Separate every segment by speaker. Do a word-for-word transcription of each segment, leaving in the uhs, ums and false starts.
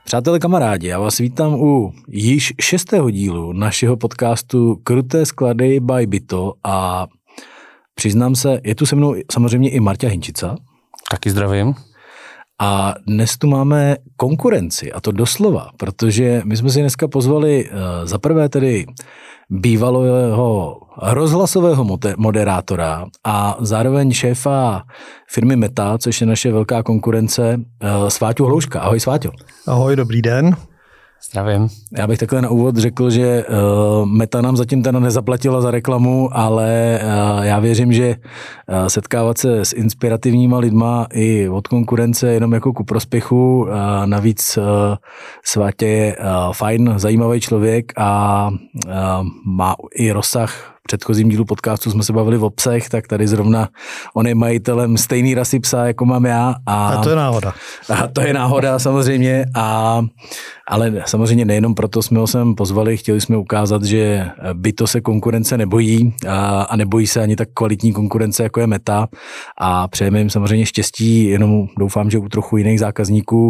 Speaker 1: Přátelé, kamarádi, já vás vítám u již šestého dílu našeho podcastu Kruté sklady by Byto a přiznám se, je tu se mnou samozřejmě i Marta Hinčica.
Speaker 2: Taky zdravím.
Speaker 1: A dnes tu máme konkurenci, a to doslova, protože my jsme si dneska pozvali za prvé tedy bývalého rozhlasového moderátora a zároveň šéfa firmy Meta, což je naše velká konkurence, Sváťu Hlouška. Ahoj, Sváťo.
Speaker 3: Ahoj, dobrý den.
Speaker 2: Zdravím.
Speaker 1: Já bych takhle na úvod řekl, že uh, Meta nám zatím teda nezaplatila za reklamu, ale uh, já věřím, že uh, setkávat se s inspirativníma lidma i od konkurence jenom jako ku prospěchu. Uh, navíc uh, Sváťa je uh, fajn, zajímavý člověk a uh, má i rozsah. V předchozím dílu podcastu jsme se bavili o psech, tak tady zrovna on je majitelem stejný rasy psa, jako mám já. A,
Speaker 3: a to je náhoda.
Speaker 1: A to je náhoda samozřejmě, a, ale samozřejmě nejenom proto jsme ho sem pozvali, chtěli jsme ukázat, že Byto se konkurence nebojí a, a nebojí se ani tak kvalitní konkurence, jako je Meta, a přejeme jim samozřejmě štěstí, jenom doufám, že u trochu jiných zákazníků,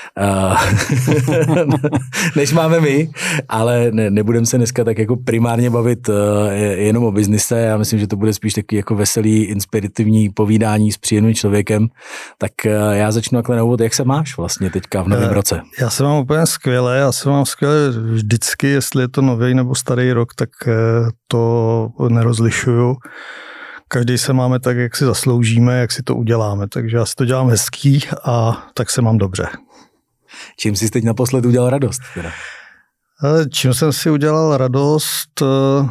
Speaker 1: než máme my, ale ne, nebudeme se dneska tak jako primárně bavit jenom o biznise. Já myslím, že to bude spíš taky jako veselý, inspirativní povídání s příjemným člověkem. Tak já začnu takhle na úvod. Jak se máš vlastně teďka v novém roce?
Speaker 3: Já se mám úplně skvěle. Já se mám skvěle vždycky, jestli je to nový nebo starý rok, tak to nerozlišuju. Každý se máme tak, jak si zasloužíme, jak si to uděláme. Takže já si to dělám hezký a tak se mám dobře.
Speaker 1: Čím jsi teď naposled udělal radost? Teda?
Speaker 3: Čím jsem si udělal radost?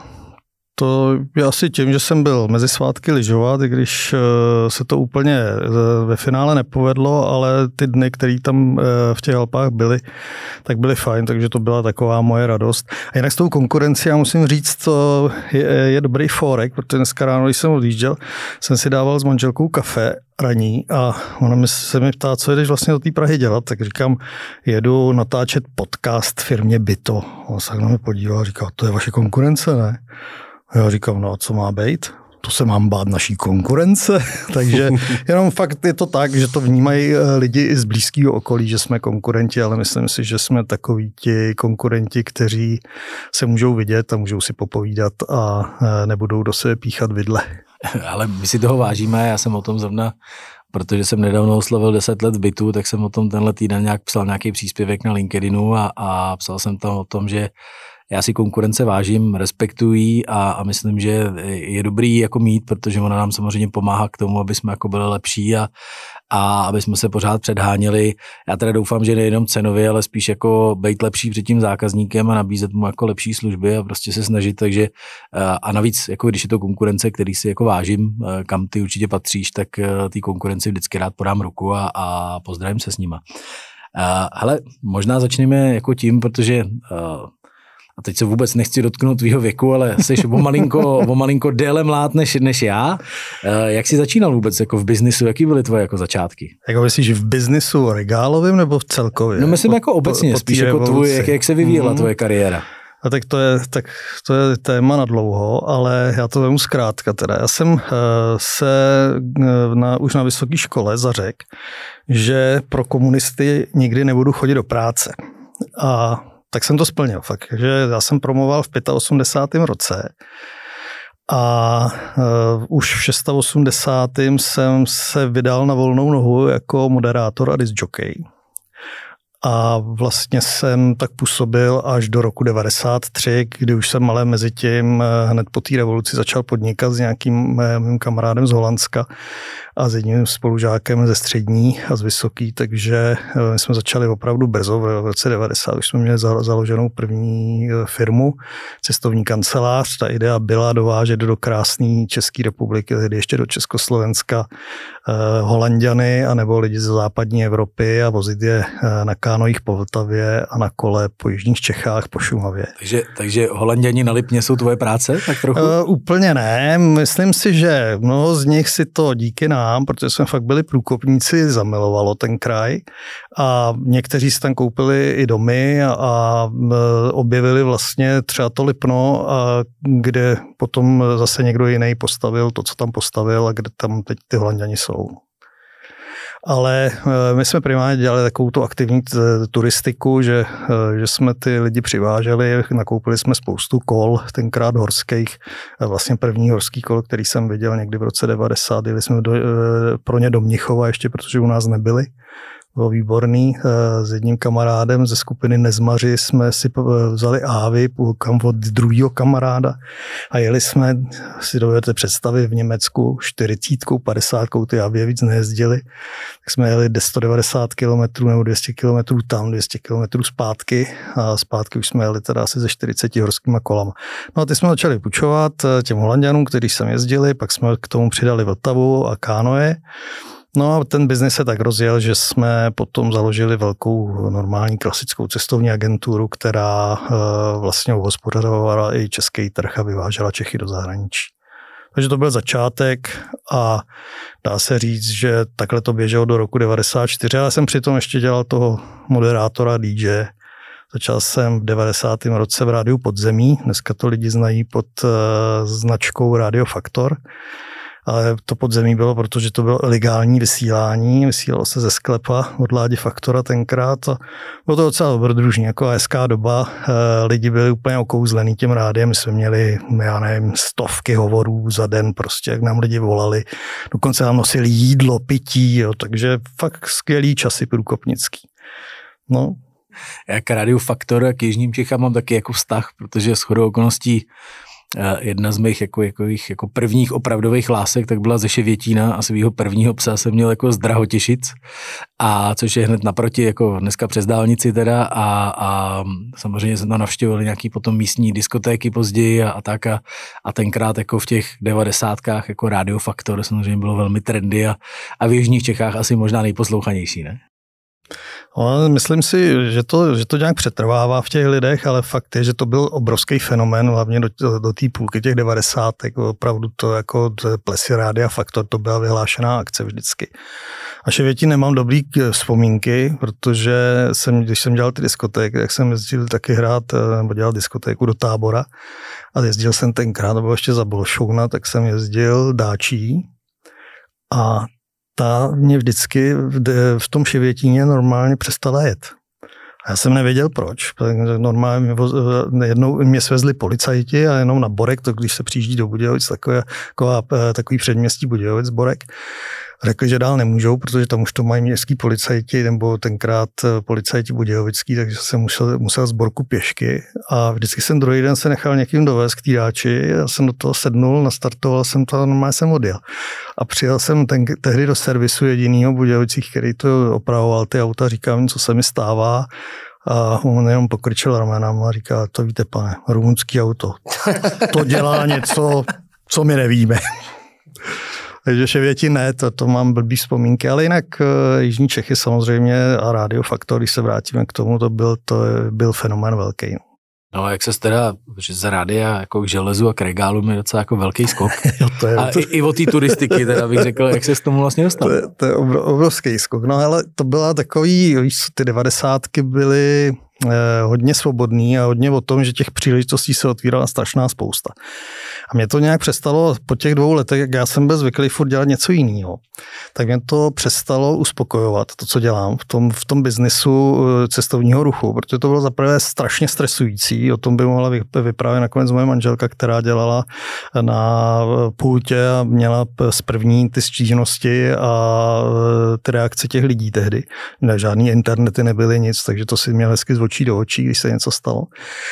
Speaker 3: To je asi tím, že jsem byl mezi svátky lyžovat, i když se to úplně ve finále nepovedlo, ale ty dny, které tam v těch Alpách byly, tak byly fajn, takže to byla taková moje radost. A jinak s tou konkurencí, já musím říct, to je, je dobrý fórek, protože dneska ráno, když jsem odjížděl, jsem si dával s manželkou kafe raní a ona mi, se mi ptá, co jdeš vlastně do té Prahy dělat, tak říkám, jedu natáčet podcast firmě Byto. On se na mě podíval a říká, to je vaše konkurence, ne? A já říkám, no a co má být? To se mám bát naší konkurence. Takže jenom fakt je to tak, že to vnímají lidi i z blízkého okolí, že jsme konkurenti, ale myslím si, že jsme takoví ti konkurenti, kteří se můžou vidět a můžou si popovídat a nebudou do sebe píchat vidle.
Speaker 1: Ale my si toho vážíme, já jsem o tom zrovna, protože jsem nedávno oslavil deset let v Bytu, tak jsem o tom tenhle týden nějak psal nějaký příspěvek na LinkedInu a, a psal jsem tam o tom, že já si konkurence vážím, respektuji a, a myslím, že je dobrý jako mít, protože ona nám samozřejmě pomáhá k tomu, aby jsme jako byli lepší a, a aby jsme se pořád předháněli. Já teda doufám, že nejenom cenově, ale spíš jako být lepší před tím zákazníkem a nabízet mu jako lepší služby a prostě se snažit, takže a navíc, jako když je to konkurence, který si jako vážím, kam ty určitě patříš, tak té konkurenci vždycky rád podám ruku a, a pozdravím se s nima. Hele, možná začneme jako tím, protože a teď se vůbec nechci dotknout tvýho věku, ale jsi o malinko, o malinko déle mlád než, než já. Jak jsi začínal vůbec jako v biznisu? Jaký byly tvoje jako začátky?
Speaker 3: Jako myslíš v biznisu regálovým nebo v celkově?
Speaker 1: No myslím po, jako obecně, po, spíš jako tvůj, jak, jak se vyvíjela mm. tvoje kariéra.
Speaker 3: A tak to je, tak to je téma na dlouho, ale já to vemu zkrátka. Teda. Já jsem uh, se na, už na vysoké škole zařekl, že pro komunisty nikdy nebudu chodit do práce. A tak jsem to splnil fakt. Takže já jsem promoval v osmdesátém pátém roce a uh, už v osmdesátém šestém jsem se vydal na volnou nohu jako moderátor a disc jockey. A vlastně jsem tak působil až do roku devadesát tři, kdy už jsem ale mezi tím hned po té revoluci začal podnikat s nějakým mým kamarádem z Holandska a s jedním spolužákem ze střední a z vysoký, takže my jsme začali opravdu brzo, v roce devadesát už jsme měli založenou první firmu, cestovní kancelář. Ta idea byla dovážet do krásné České republiky, tedy ještě do Československa, Holanďany anebo lidi ze západní Evropy a vozit je na kánojích po Vltavě a na kole po jižních Čechách, po Šumavě.
Speaker 1: Takže, takže Holanďani na Lipně jsou tvoje práce? Tak trochu?
Speaker 3: Uh, úplně ne. Myslím si, že mnoho z nich si to díky nám, protože jsme fakt byli průkopníci, zamilovalo ten kraj a někteří si tam koupili i domy a, a objevili vlastně třeba to Lipno, a kde potom zase někdo jiný postavil to, co tam postavil a kde tam teď ty Holanďani jsou. Ale my jsme primárně dělali takovou tu aktivní turistiku, že, že jsme ty lidi přiváželi, nakoupili jsme spoustu kol, tenkrát horských, vlastně první horský kol, který jsem viděl někdy v roce devadesát, jeli jsme do, pro ně do Mnichova ještě, protože u nás nebyli. Bylo výborný. S jedním kamarádem ze skupiny Nezmaři jsme si vzali ávy kam od druhého kamaráda a jeli jsme, si dovedete představit, v Německu čtyřicítkou, padesátkou, ty ávy víc nejezdili. Tak jsme jeli sto devadesát kilometrů nebo dvě stě kilometrů tam, dvě stě kilometrů zpátky a zpátky už jsme jeli teda asi ze čtyřiceti horskýma kolama. No a ty jsme začali půjčovat těm Holanďanům, kteří sem jezdili, pak jsme k tomu přidali Vltavu a kánoje. No a ten biznis se tak rozjel, že jsme potom založili velkou normální klasickou cestovní agenturu, která vlastně uhospodařovala i český trh a vyvážela Čechy do zahraničí. Takže to byl začátek a dá se říct, že takhle to běželo do roku devadesát čtyři. Já jsem přitom ještě dělal toho moderátora dý džej. Začal jsem v devadesátém roce v rádiu Podzemí. Dneska to lidi znají pod značkou Radio Faktor. Ale to Podzemí bylo, protože to bylo legální vysílání, vysílalo se ze sklepa od Ládi Faktora tenkrát a bylo to docela dobrodružný, jako hezká doba, lidi byli úplně okouzlený tím rádiem, my jsme měli, já nevím, stovky hovorů za den prostě, jak nám lidi volali, dokonce nám nosili jídlo, pití, jo, takže fakt skvělý časy průkopnický. No.
Speaker 1: Já k Rádiu Faktor a k Jižním Čechám mám taky jako vztah, protože shodou okolností jedna z mých jako, jako, jako prvních opravdových lásek tak byla ze Ševětína a svýho prvního psa jsem měl jako z Drahotěšic, a což je hned naproti, jako dneska přes dálnici teda a, a samozřejmě jsem tam navštěvoval nějaký potom místní diskotéky později a, a tak a, a tenkrát jako v těch devadesátkách jako Radio Faktor samozřejmě bylo velmi trendy a, a v Jižních Čechách asi možná nejposlouchanější, ne?
Speaker 3: No, myslím si, že to, že to nějak přetrvává v těch lidech, ale fakt je, že to byl obrovský fenomén, hlavně do, do, do té půlky těch devadesátek. Opravdu to jako Plesy Rádia Faktor, to byla vyhlášená akce vždycky. A Ševětín nemám dobrý vzpomínky, protože jsem, když jsem dělal ty diskotéky, tak jsem jezdil taky hrát, nebo dělal diskotéku do Tábora a jezdil jsem tenkrát, to bylo ještě za Bolšouna, tak jsem jezdil Dáčí a ta mě vždycky v tom Ševětíně normálně přestala jet. A já jsem nevěděl proč. Normálně jednou mě svezli policajti a jenom na Borek, to když se přijíždí do Budějovic, takové, taková, takový předměstí Budějovic, Borek, řekli, že dál nemůžou, protože tam už to mají městský policajti, nebo tenkrát policajti budějovický, takže jsem musel, musel z Borku pěšky a vždycky jsem druhý den se nechal někým dovést k týdáči, já jsem do toho sednul, nastartoval jsem to a normálně jsem odjel. A přijel jsem ten, tehdy do servisu jedinýho Budějovicích, který to opravoval ty auta, říkám, co se mi stává. A on jenom pokrčil ramenama a říká, to víte, pane, rumunský auto, to dělá něco, co my nevíme. Takže Ševětín ne, to, to mám blbý vzpomínky, ale jinak Jižní Čechy samozřejmě a Radio Faktor, když se vrátíme k tomu, to byl, to byl fenomén velký.
Speaker 1: No a jak se teda, že z rádia jako k železu a k regálu je docela jako velký skok.
Speaker 3: Jo, to je,
Speaker 1: a
Speaker 3: to...
Speaker 1: i, i o té turistiky teda bych řekl, jak se s tomu vlastně dostal.
Speaker 3: To je, to je obrovský skok, no ale to byla takový, víš, ty devadesátky byly eh, hodně svobodný a hodně o tom, že těch příležitostí se otvírala strašná spousta. A mě to nějak přestalo po těch dvou letech, jak já jsem byl zvyklý furt dělat něco jiného, tak mě to přestalo uspokojovat, to, co dělám v tom, v tom biznisu cestovního ruchu, protože to bylo zaprvé strašně stresující, o tom by mohla vyprávět nakonec moje manželka, která dělala na pultě a měla z první ty stížnosti a ty reakce těch lidí tehdy. Žádný internety nebyly nic, takže to si měl hezky z očí do očí, když se něco stalo.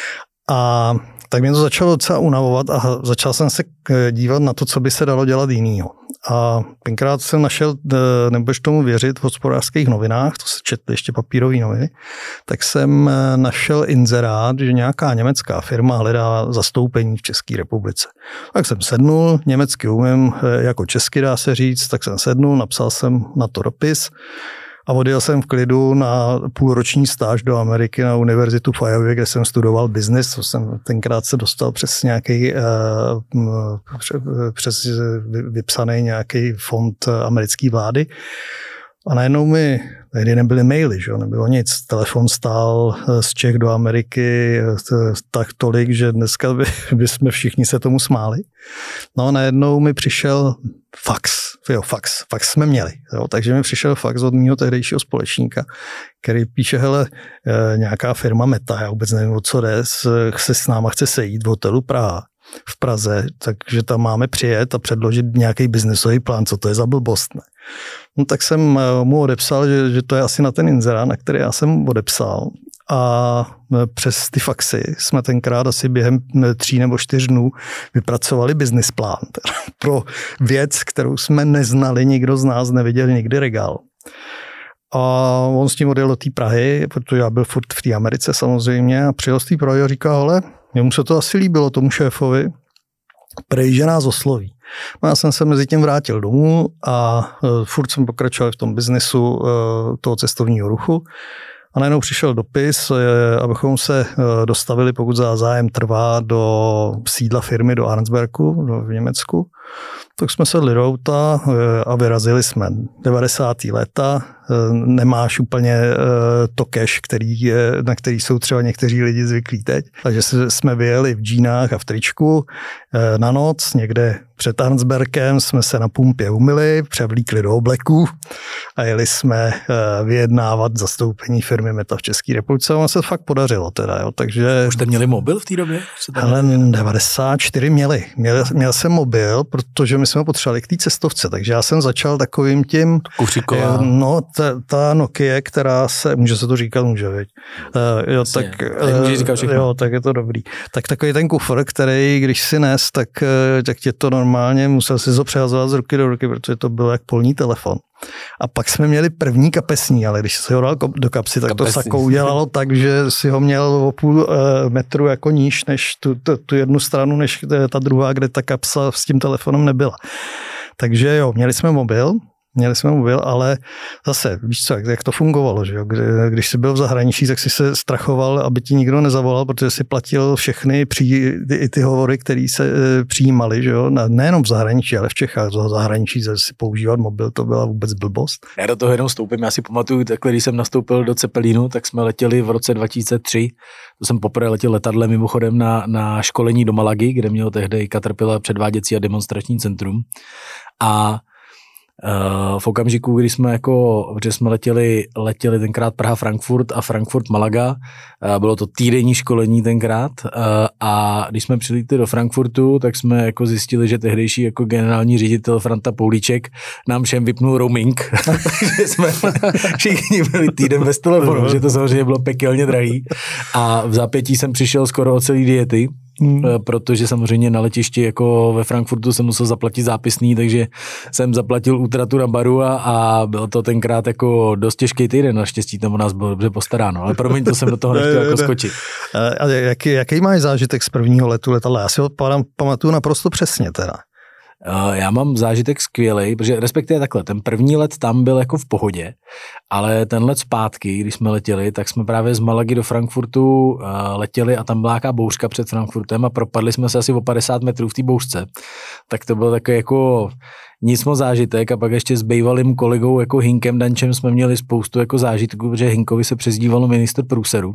Speaker 3: A tak mě to začalo docela unavovat a začal jsem se dívat na to, co by se dalo dělat jinýho. A tenkrát jsem našel, nebudeš tomu věřit, v Hospodářských novinách, to se četly ještě papírové noviny, tak jsem našel inzerát, že nějaká německá firma hledá zastoupení v České republice. Tak jsem sednul, německy umím, jako česky dá se říct, tak jsem sednul, napsal jsem na to dopis, a odjel jsem v klidu na půlroční stáž do Ameriky na univerzitu v Iowě, kde jsem studoval biznis, co jsem tenkrát se dostal přes nějaký, přes vypsaný nějaký fond americké vlády. A najednou mi, tehdy nebyly maily, že? Nebylo nic. Telefon stál z Čech do Ameriky tak tolik, že dneska by, by jsme všichni se tomu smáli. No a najednou mi přišel fax. jo, fax. Fax jsme měli. Jo, takže mi přišel fax od mého tehdejšího společníka, který píše, hele, nějaká firma Meta, já vůbec nevím, o co jde, se s náma chce sejít v hotelu Praha v Praze, takže tam máme přijet a předložit nějaký biznesový plán, co to je za blbost. Ne? No tak jsem mu odepsal, že, že to je asi na ten inzerát, na který já jsem odepsal. A přes ty faxy jsme tenkrát asi během tří nebo čtyř dnů vypracovali business plán pro věc, kterou jsme neznali, nikdo z nás neviděl nikdy regál. A on s tím odjel do té Prahy, protože já byl furt v té Americe samozřejmě, a přijel z té Prahy a říká, hele, jemu se to asi líbilo tomu šéfovi, prej, že nás osloví. No já jsem se mezi tím vrátil domů a uh, furt jsem pokračoval v tom biznesu uh, toho cestovního ruchu. A najednou přišel dopis, abychom se dostavili, pokud za zájem trvá, do sídla firmy do Arnsbergu v Německu. Tak jsme sedli do auta a vyrazili jsme. devadesátá léta, nemáš úplně to cash, který je, na který jsou třeba někteří lidi zvyklí teď. Takže jsme vyjeli v džínách a v tričku na noc, někde před Arnsbergem jsme se na pumpě umyli, převlíkli do obleků a jeli jsme vyjednávat zastoupení firmy Meta v České republice. Ono se fakt podařilo teda, jo. Takže...
Speaker 1: Už jste měli mobil v té době?
Speaker 3: Ale devadesát čtyři měli. Měl, měl jsem mobil, protože my jsme potřebovali k té cestovce, takže já jsem začal takovým tím...
Speaker 2: Kufříková.
Speaker 3: No, ta, ta Nokia, která se, může se to říkat, může, viď? Uh, jo,
Speaker 1: Jasně,
Speaker 3: tak,
Speaker 1: může říkat všechno.
Speaker 3: Jo, tak je to dobrý. Tak takový ten kufr, který, když si nes, tak, tak tě to normálně, musel si to přehazovat z ruky do ruky, protože to byl jak polní telefon. A pak jsme měli první kapesní, ale když si ho dal do kapsy, tak kapesní. To sakou udělalo tak, že si ho měl o půl metru jako níž, než tu, tu, tu jednu stranu, než ta druhá, kde ta kapsa s tím telefonem nebyla. Takže jo, měli jsme mobil, Měli jsme mobil, ale zase, víš co, jak to fungovalo, že jo? Když jsi byl v zahraničí, tak si se strachoval, aby ti nikdo nezavolal, protože si platil všechny pří, ty, ty hovory, které se e, přijímaly, že jo? Nejenom v zahraničí, ale v Čechách. V zahraničí si používat mobil, to byla vůbec blbost.
Speaker 1: Já do toho jenom stoupím, já si pamatuju, takhle, když jsem nastoupil do Cepelínu, tak jsme letěli v roce dva tisíce tři, to jsem poprvé letěl letadlem mimochodem na, na školení do Malagy, kde měl tehdy Caterpillar předváděcí a demonstrační centrum. A v okamžiku, kdy jsme jako, protože jsme letěli, letěli tenkrát Praha-Frankfurt a Frankfurt-Malaga, bylo to týdenní školení tenkrát, a když jsme přilítli do Frankfurtu, tak jsme jako zjistili, že tehdejší jako generální ředitel Franta Poulíček nám všem vypnul roaming, takže jsme všichni byli týden bez telefonu, že to samozřejmě bylo pekelně drahý, a v zápětí jsem přišel skoro o celý diety. Hmm. Protože samozřejmě na letišti jako ve Frankfurtu jsem musel zaplatit zápisný, takže jsem zaplatil útratu na baru a, a byl to tenkrát jako dost těžký týden, naštěstí tam u nás bylo dobře postaráno, ale promiň, to jsem do toho nechtěl jako skočit.
Speaker 3: A jaký, jaký máš zážitek z prvního letu letadla? Já si ho pamatuju naprosto přesně teda.
Speaker 1: Já mám zážitek skvělej, protože respektive takhle, ten první let tam byl jako v pohodě, ale ten let zpátky, když jsme letěli, tak jsme právě z Malagy do Frankfurtu letěli a tam byla nějaká bouřka před Frankfurtem a propadli jsme se asi o padesát metrů v té bouřce. Tak to byl takový jako nic moc zážitek, a pak ještě s bývalým kolegou jako Hinkem Dančem jsme měli spoustu jako zážitků, protože Hinkovi se přezdívalo ministr průseru.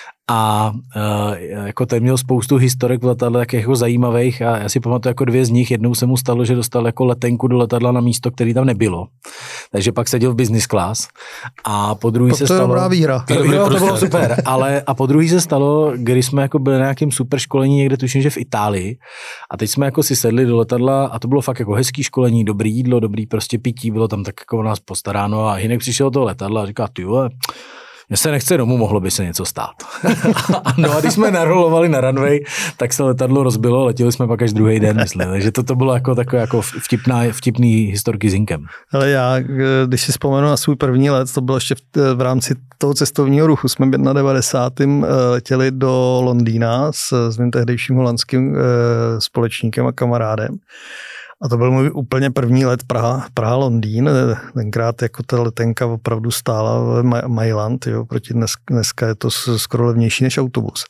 Speaker 1: A uh, jako ten měl spoustu historek v letadle tak jako zajímavých, a já si pamatuju jako dvě z nich. Jednou se mu stalo, že dostal jako letenku do letadla na místo, který tam nebylo. Takže pak seděl v business class. A po druhý se
Speaker 3: to
Speaker 1: stalo...
Speaker 3: To je dobrá výhra.
Speaker 1: To, jo, to bylo super, ale a po druhý se stalo, když jsme jako byli na nějakým super školení někde, tuším, že v Itálii. A teď jsme jako si sedli do letadla a to bylo fakt jako hezký školení, dobrý jídlo, dobrý prostě pití, bylo tam tak jako o nás postaráno, a Hinek přišel do toho letadla a říká, ty vole, mně se nechce domů, mohlo by se něco stát. No a když jsme narolovali na runway, tak se letadlo rozbilo, letěli jsme pak až druhý den, myslím. Takže to, to bylo jako takové jako vtipná, vtipný historky s Hinkem. Ale
Speaker 3: já, když si vzpomenu na svůj první let, to bylo ještě v, v rámci toho cestovního ruchu, jsme na devadesátém letěli do Londýna s, s mým tehdejším holandským společníkem a kamarádem. A to byl můj úplně první let Praha, Praha-Londýn. Tenkrát jako ta letenka opravdu stála v Mailand, jo, proti dnes, dneska je to skoro levnější než autobus.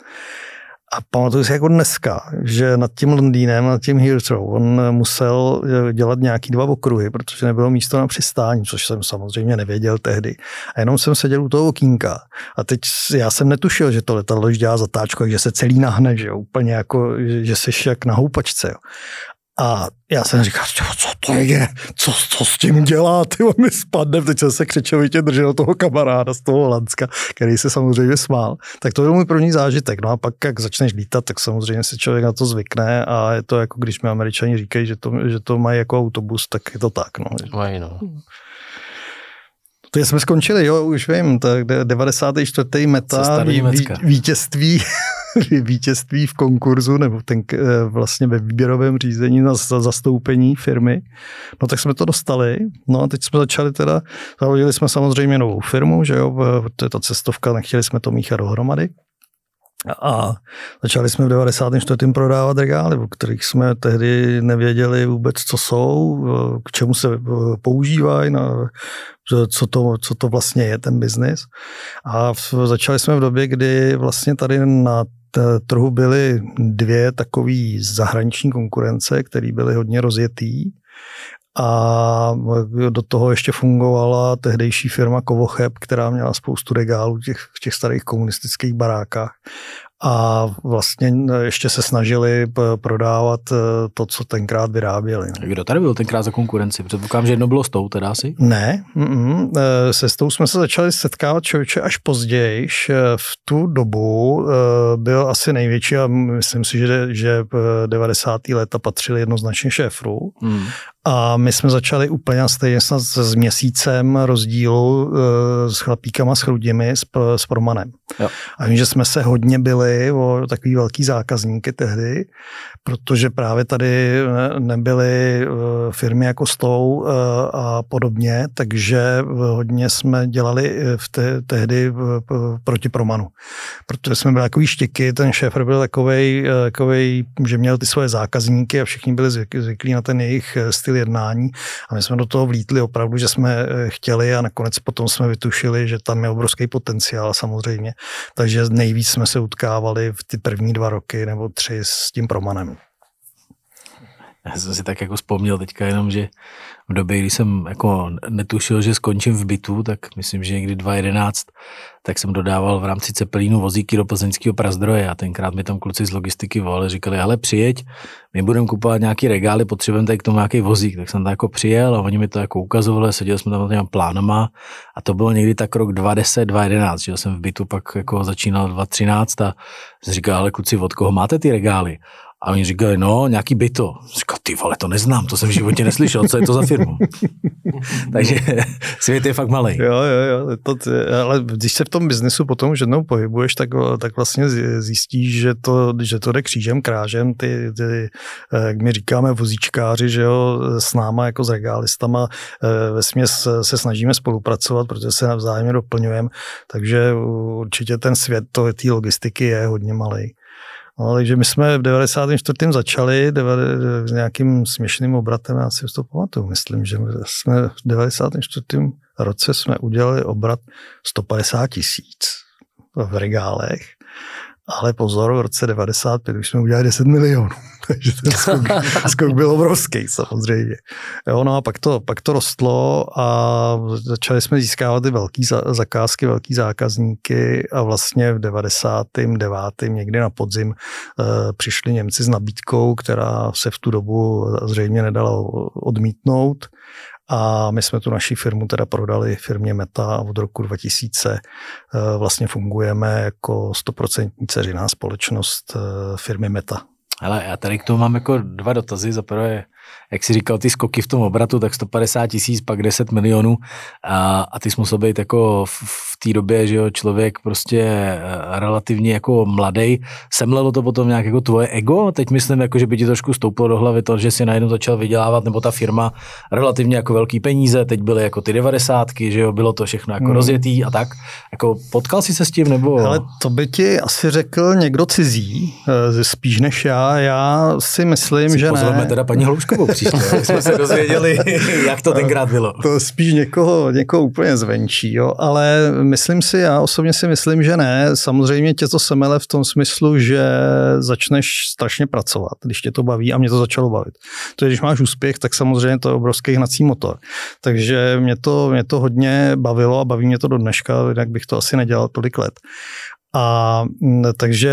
Speaker 3: A pamatuju si jako dneska, že nad tím Londýnem, nad tím Heathrow, on musel dělat nějaký dva okruhy, protože nebylo místo na přistání, což jsem samozřejmě nevěděl tehdy. A jenom jsem seděl u toho okýnka. A teď já jsem netušil, že to letadlo dělá zatáčku, že se celý nahne, že jo, úplně jako, že seš jak na houpačce, jo. A já jsem říkal, co to je, co, co s tím dělá, ty on mi spadne, teď jsem se křečovitě držel toho kamaráda z toho Holandska, který se samozřejmě smál. Tak to byl můj první zážitek, no a pak, jak začneš lítat, tak samozřejmě si člověk na to zvykne a je to jako, když mi Američani říkají, že to, že to mají jako autobus, tak je to tak, no.
Speaker 2: Mají, no.
Speaker 3: To jsme skončili, jo, už vím, tak devadesátý čtvrtý meta, ví, ví, vítězství, vítězství v konkurzu, nebo ten vlastně ve výběrovém řízení na zastoupení firmy. No tak jsme to dostali, no a teď jsme začali teda, založili jsme samozřejmě novou firmu, že jo, to je ta cestovka, nechtěli jsme to míchat dohromady. A začali jsme v devadesátém čtvrtém prodávat regály, o kterých jsme tehdy nevěděli vůbec, co jsou, k čemu se používají, co to, co to vlastně je ten biznis. A začali jsme v době, kdy vlastně tady na trhu byly dvě takové zahraniční konkurence, které byly hodně rozjetý. A do toho ještě fungovala tehdejší firma Kovocheb, která měla spoustu regálů těch, v těch starých komunistických barákách. A vlastně ještě se snažili prodávat to, co tenkrát vyráběli.
Speaker 1: Kdo tady byl tenkrát za konkurenci? Předpokládám, že jedno bylo s tou teda asi?
Speaker 3: Ne, mm, se s tou jsme se začali setkávat člověče až později. V tu dobu byl asi největší a myslím si, že, že devadesátá léta patřili jednoznačně Šéfru. Mm. A my jsme začali úplně stejně snad s měsícem rozdílu s chlapíkama, s Chrudimi, s, s Promanem. Jo. A vím, že jsme se hodně byli o takový velký zákazníky tehdy, protože právě tady nebyly firmy jako Stou a podobně, takže hodně jsme dělali v te, tehdy proti Promanu. Protože jsme byli takový štiky, ten Šéfr byl takovej, takovej, že měl ty svoje zákazníky a všichni byli zvyklí na ten jejich styl jednání a my jsme do toho vlítli opravdu, že jsme chtěli a nakonec potom jsme vytušili, že tam je obrovský potenciál samozřejmě. Takže nejvíc jsme se utkávali v ty první dva roky nebo tři s tím Promanem.
Speaker 1: Já jsem si tak jako vzpomněl teďka jenom, že v době, kdy jsem jako netušil, že skončím v bytu, tak myslím, že někdy dva tisíce jedenáct, tak jsem dodával v rámci Cepelínu vozíky do plzeňského Prazdroje a tenkrát mi tam kluci z logistiky volali, říkali, hele přijeď, my budeme kupovat nějaký regály, potřebujeme tady k tomu nějaký vozík, tak jsem tam jako přijel a oni mi to jako ukazovali, seděli jsme tam těma plánama a to bylo někdy tak rok dva tisíce deset, dva tisíce jedenáct, že jsem v bytu pak jako začínal dva tisíce třináct a jsem říkal, ale kluci, od koho máte ty regály? A oni říkali, no, nějaký byto. Říkal, ty vole, to neznám, to jsem v životě neslyšel, co je to za firmu. Takže svět je fakt malej.
Speaker 3: Jo, jo, jo, to, ale když se v tom biznesu potom už jednou pohybuješ, tak, tak vlastně zjistíš, že to, že to jde křížem, krážem, ty, ty, jak my říkáme, vozíčkáři, že jo, s náma jako s regálistama vesměs se snažíme spolupracovat, protože se navzájemně doplňujeme, takže určitě ten svět té logistiky je hodně malej. No, takže my jsme v devadesátém čtvrtém začali s nějakým směšným obratem, já si to pamatuju, myslím, že jsme v devadesátém čtvrtém roce jsme udělali obrat sto padesát tisíc v regálech, ale pozor, v roce devadesát pět už jsme udělali deset milionů, takže ten skok, skok byl obrovský samozřejmě. Jo, no a pak to, pak to rostlo a začali jsme získávat ty velký zakázky, velký zákazníky a vlastně v devadesátém devátém někdy na podzim e, přišli Němci s nabídkou, která se v tu dobu zřejmě nedala odmítnout. A my jsme tu naši firmu teda prodali firmě Meta a od roku dva tisíce vlastně fungujeme jako stoprocentní dceřiná společnost firmy Meta.
Speaker 1: Hele, já tady k tomu mám jako dva dotazy. Za prvé, jak jsi říkal, ty skoky v tom obratu, tak sto padesát tisíc, pak deset milionů a, a ty jsi musel být jako v, v té době, že jo, člověk prostě relativně jako mladej. Semlelo to potom nějak jako tvoje ego? Teď myslím, jako, že by ti trošku stouplo do hlavy to, že si najednou začal vydělávat, nebo ta firma relativně jako velký peníze, teď byly jako ty devadesátky, že jo, bylo to všechno jako hmm. rozjetý a tak. Jako potkal jsi se s tím, nebo?
Speaker 3: Ale to by ti asi řekl někdo cizí, spíš než já. Já si myslím, si že ne.
Speaker 1: Pozveme teda paní Hlouškovou příště, jak jsme se dozvěděli, jak to tenkrát bylo.
Speaker 3: To spíš někoho, někoho úplně zvenčí, jo, ale myslím si, já osobně si myslím, že ne. Samozřejmě tě to semele v tom smyslu, že začneš strašně pracovat, když tě to baví a mě to začalo bavit. To je, když máš úspěch, tak samozřejmě to je obrovský hnací motor. Takže mě to, mě to hodně bavilo a baví mě to do dneška, jinak bych to asi nedělal tolik let. A takže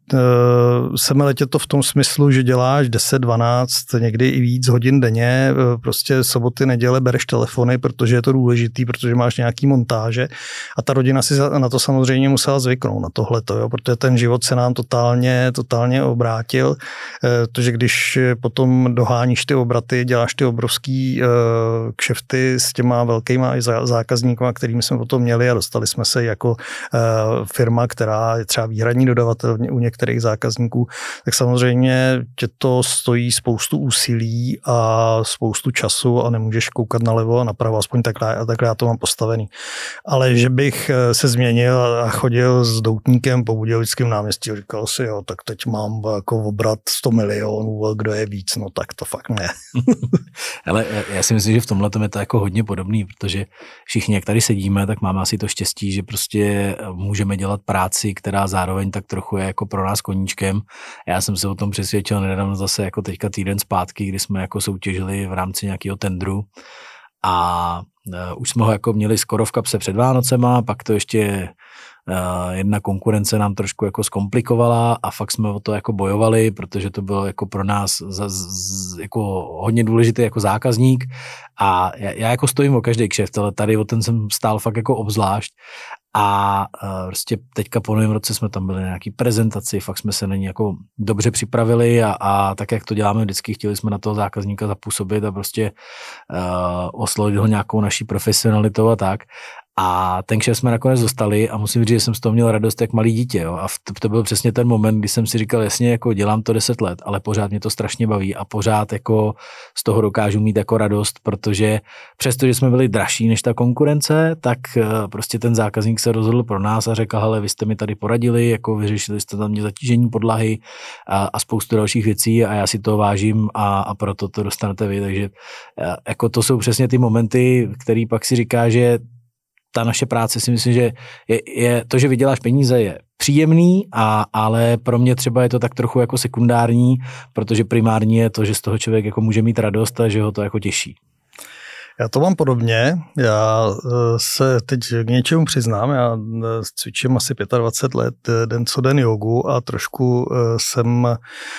Speaker 3: semeletě to v tom smyslu, že děláš deset, dvanáct, někdy i víc hodin denně, prostě soboty, neděle bereš telefony, protože je to důležitý, protože máš nějaký montáže a ta rodina si na to samozřejmě musela zvyknout, na tohleto, jo, protože ten život se nám totálně, totálně obrátil, protože když potom doháníš ty obraty, děláš ty obrovský kšefty s těma velkýma zákazníkama, kterými jsme potom měli a dostali jsme se jako firma, která je třeba výhradní dodavatel u některých zákazníků, tak samozřejmě tě to stojí spoustu úsilí a spoustu času a nemůžeš koukat nalevo a napravo, aspoň takhle, a takhle já to mám postavený. Ale že bych se změnil a chodil s doutníkem po Budějovickém náměstí a říkal si, jo, tak teď mám jako obrat sto milionů, kdo je víc, no tak to fakt ne.
Speaker 1: Ale já si myslím, že v tomhle je to jako hodně podobný, protože všichni, jak tady sedíme, tak máme asi to štěstí, že prostě můžeme dělat práci, která zároveň tak trochu je jako pro nás koníčkem. Já jsem se o tom přesvědčil nedávno zase jako teďka týden zpátky, kdy jsme jako soutěžili v rámci nějakého tendru a uh, už jsme ho jako měli skoro v kapse před Vánocema, pak to ještě uh, jedna konkurence nám trošku jako zkomplikovala a fakt jsme o to jako bojovali, protože to bylo jako pro nás za, z, jako hodně důležitý jako zákazník a já, já jako stojím o každý kšeft, ale tady o ten jsem stál fakt jako obzvlášť. A uh, prostě teďka po novém roce jsme tam byli na nějaký prezentaci, fakt jsme se na ní jako dobře připravili a, a tak, jak to děláme vždycky, chtěli jsme na toho zákazníka zapůsobit a prostě uh, oslovit ho nějakou naší profesionalitou a tak. A ten kšeft jsme nakonec dostali a musím říct, že jsem z toho měl radost jak malý dítě. Jo? A to, to byl přesně ten moment, kdy jsem si říkal, jasně, jako dělám to deset let, ale pořád mě to strašně baví a pořád jako z toho dokážu mít jako radost, protože přestože jsme byli dražší než ta konkurence, tak prostě ten zákazník se rozhodl pro nás a řekl, hele, vy jste mi tady poradili, jako vyřešili jste tam mě zatížení podlahy a, a spoustu dalších věcí a já si to vážím a, a proto to dostanete vy. Takže jako to jsou přesně ty momenty, který pak si říká, že ta naše práce si myslím, že je, je to, že vyděláš peníze, je příjemný, a, ale pro mě třeba je to tak trochu jako sekundární, protože primární je to, že z toho člověk jako může mít radost a že ho to jako těší.
Speaker 3: Já to mám podobně, já se teď k něčemu přiznám, já cvičím asi dvacet pět let, den co den jogu a trošku jsem